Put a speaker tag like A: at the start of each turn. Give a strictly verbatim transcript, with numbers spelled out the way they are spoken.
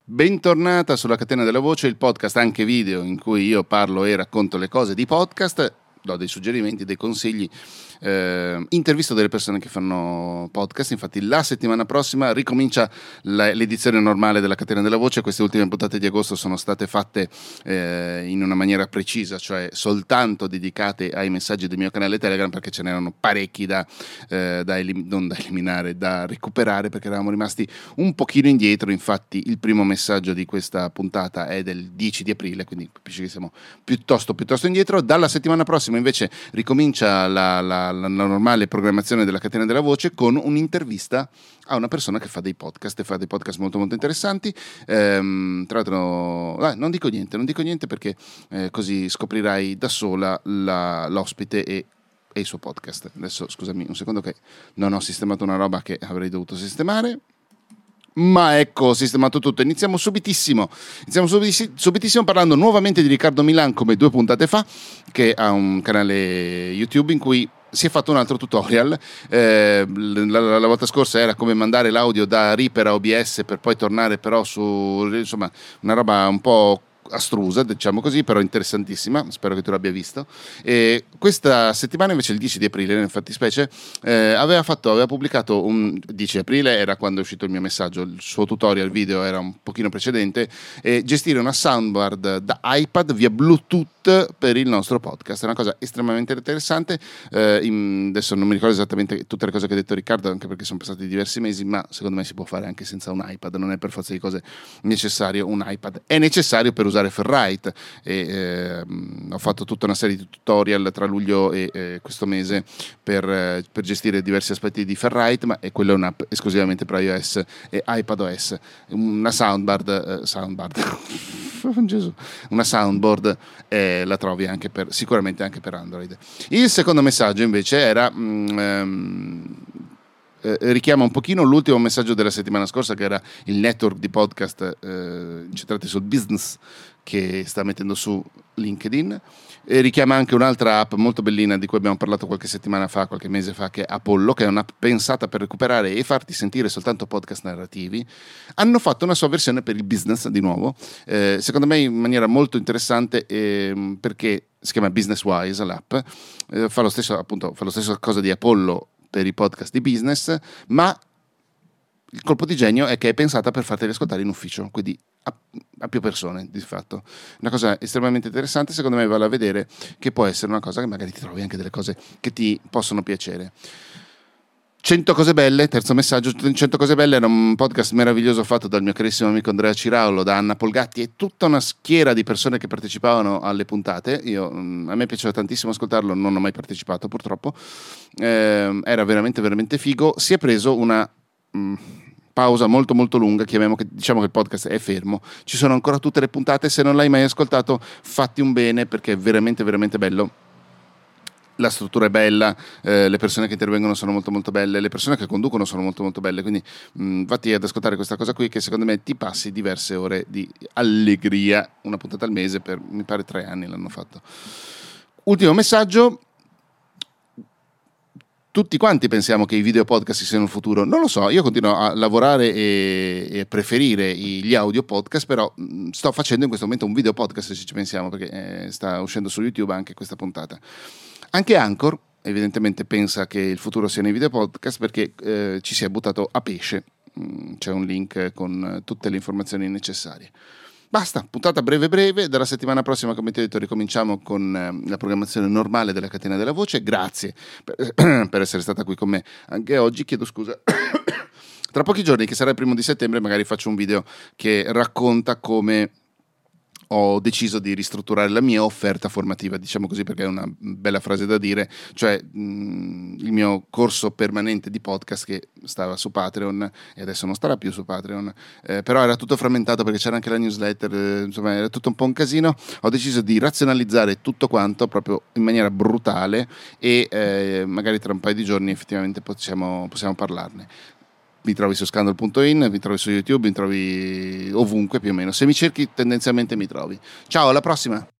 A: Bentornata sulla Catena della Voce, il podcast anche video in cui io parlo e racconto le cose di podcast, do dei suggerimenti, dei consigli, eh, intervisto delle persone che fanno podcast. Infatti la settimana prossima ricomincia la, l'edizione normale della Catena della Voce. Queste ultime puntate di agosto sono state fatte eh, in una maniera precisa, cioè soltanto dedicate ai messaggi del mio canale Telegram, perché ce n'erano parecchi da, eh, da elim- non da eliminare, da recuperare, perché eravamo rimasti un pochino indietro. Infatti il primo messaggio di questa puntata è del dieci di aprile, quindi capisci che siamo piuttosto, piuttosto indietro. Dalla settimana prossima invece ricomincia la, la, la normale programmazione della Catena della Voce con un'intervista a una persona che fa dei podcast e fa dei podcast molto molto interessanti. Ehm, tra l'altro eh, non dico niente, non dico niente perché eh, così scoprirai da sola la, l'ospite e e il suo podcast. Adesso scusami un secondo che non ho sistemato una roba che avrei dovuto sistemare, ma ecco, ho sistemato tutto. Iniziamo subitissimo iniziamo subitissimo parlando nuovamente di Riccardo Milan, come due puntate fa, che ha un canale YouTube in cui si è fatto un altro tutorial. Eh, la, la, la volta scorsa era come mandare l'audio da Reaper a O B S per poi tornare però su, insomma, una roba un po' astrusa, diciamo così, però interessantissima. Spero che tu l'abbia visto. E questa settimana invece, il dieci di aprile nel fattispecie, eh, aveva fatto aveva pubblicato un dieci aprile, era quando è uscito il mio messaggio, il suo tutorial video era un pochino precedente, e gestire una soundboard da iPad via Bluetooth per il nostro podcast è una cosa estremamente interessante. Eh, in, adesso non mi ricordo esattamente tutte le cose che ha detto Riccardo, anche perché sono passati diversi mesi, ma secondo me si può fare anche senza un iPad, non è per forza di cose necessario un iPad. È necessario per usare Ferrite e eh, ho fatto tutta una serie di tutorial tra luglio e eh, questo mese per, eh, per gestire diversi aspetti di Ferrite, ma è quella è un'app esclusivamente per iOS e iPadOS. Una soundboard eh, soundboard Gesù, una soundboard eh, la trovi anche per, sicuramente anche per Android. Il secondo messaggio invece era mm, ehm, Eh, richiama un pochino l'ultimo messaggio della settimana scorsa, che era il network di podcast eh, incentrati sul business che sta mettendo su LinkedIn, e richiama anche un'altra app molto bellina di cui abbiamo parlato qualche settimana fa, qualche mese fa, che è Apollo, che è un'app pensata per recuperare e farti sentire soltanto podcast narrativi. Hanno fatto una sua versione per il business di nuovo, eh, secondo me in maniera molto interessante, eh, perché si chiama Business Wise l'app, eh, fa lo stesso, appunto, fa lo stesso cosa di Apollo per i podcast di business, ma il colpo di genio è che è pensata per farteli ascoltare in ufficio, quindi a, a più persone di fatto. Una cosa estremamente interessante, secondo me vale a vedere, che può essere una cosa che magari ti trovi anche delle cose che ti possono piacere. cento cose belle, terzo messaggio. cento cose belle era un podcast meraviglioso fatto dal mio carissimo amico Andrea Ciraulo, da Anna Polgatti e tutta una schiera di persone che partecipavano alle puntate. Io, a me piaceva tantissimo ascoltarlo, non ho mai partecipato purtroppo. Eh, era veramente veramente figo. Si è preso una mh, pausa molto molto lunga, chiamiamo che, diciamo che il podcast è fermo. Ci sono ancora tutte le puntate, se non l'hai mai ascoltato fatti un bene, perché è veramente veramente bello. La struttura è bella, eh, le persone che intervengono sono molto molto belle, le persone che conducono sono molto molto belle, quindi mh, vatti ad ascoltare questa cosa qui, che secondo me ti passi diverse ore di allegria, una puntata al mese per, mi pare, tre anni l'hanno fatto. Ultimo messaggio. Tutti quanti pensiamo che i video podcast siano il futuro, non lo so, io continuo a lavorare e, e preferire gli audio podcast, però mh, sto facendo in questo momento un video podcast, se ci pensiamo, perché eh, sta uscendo su YouTube anche questa puntata. Anche Anchor evidentemente pensa che il futuro sia nei video podcast, perché eh, ci si è buttato a pesce. Mm, c'è un link con tutte le informazioni necessarie. Basta, puntata breve breve. Dalla settimana prossima, come ti ho detto, ricominciamo con eh, la programmazione normale della Catena della Voce. Grazie per, per essere stata qui con me anche oggi. Chiedo scusa. Tra pochi giorni, che sarà il primo di settembre, magari faccio un video che racconta come ho deciso di ristrutturare la mia offerta formativa, diciamo così, perché è una bella frase da dire, cioè mh, il mio corso permanente di podcast che stava su Patreon e adesso non starà più su Patreon, eh, però era tutto frammentato perché c'era anche la newsletter, eh, insomma era tutto un po' un casino. Ho deciso di razionalizzare tutto quanto proprio in maniera brutale e eh, magari tra un paio di giorni effettivamente possiamo, possiamo parlarne. Mi trovi su scandal punto in, mi trovi su YouTube, mi trovi ovunque più o meno. Se mi cerchi tendenzialmente mi trovi. Ciao, alla prossima!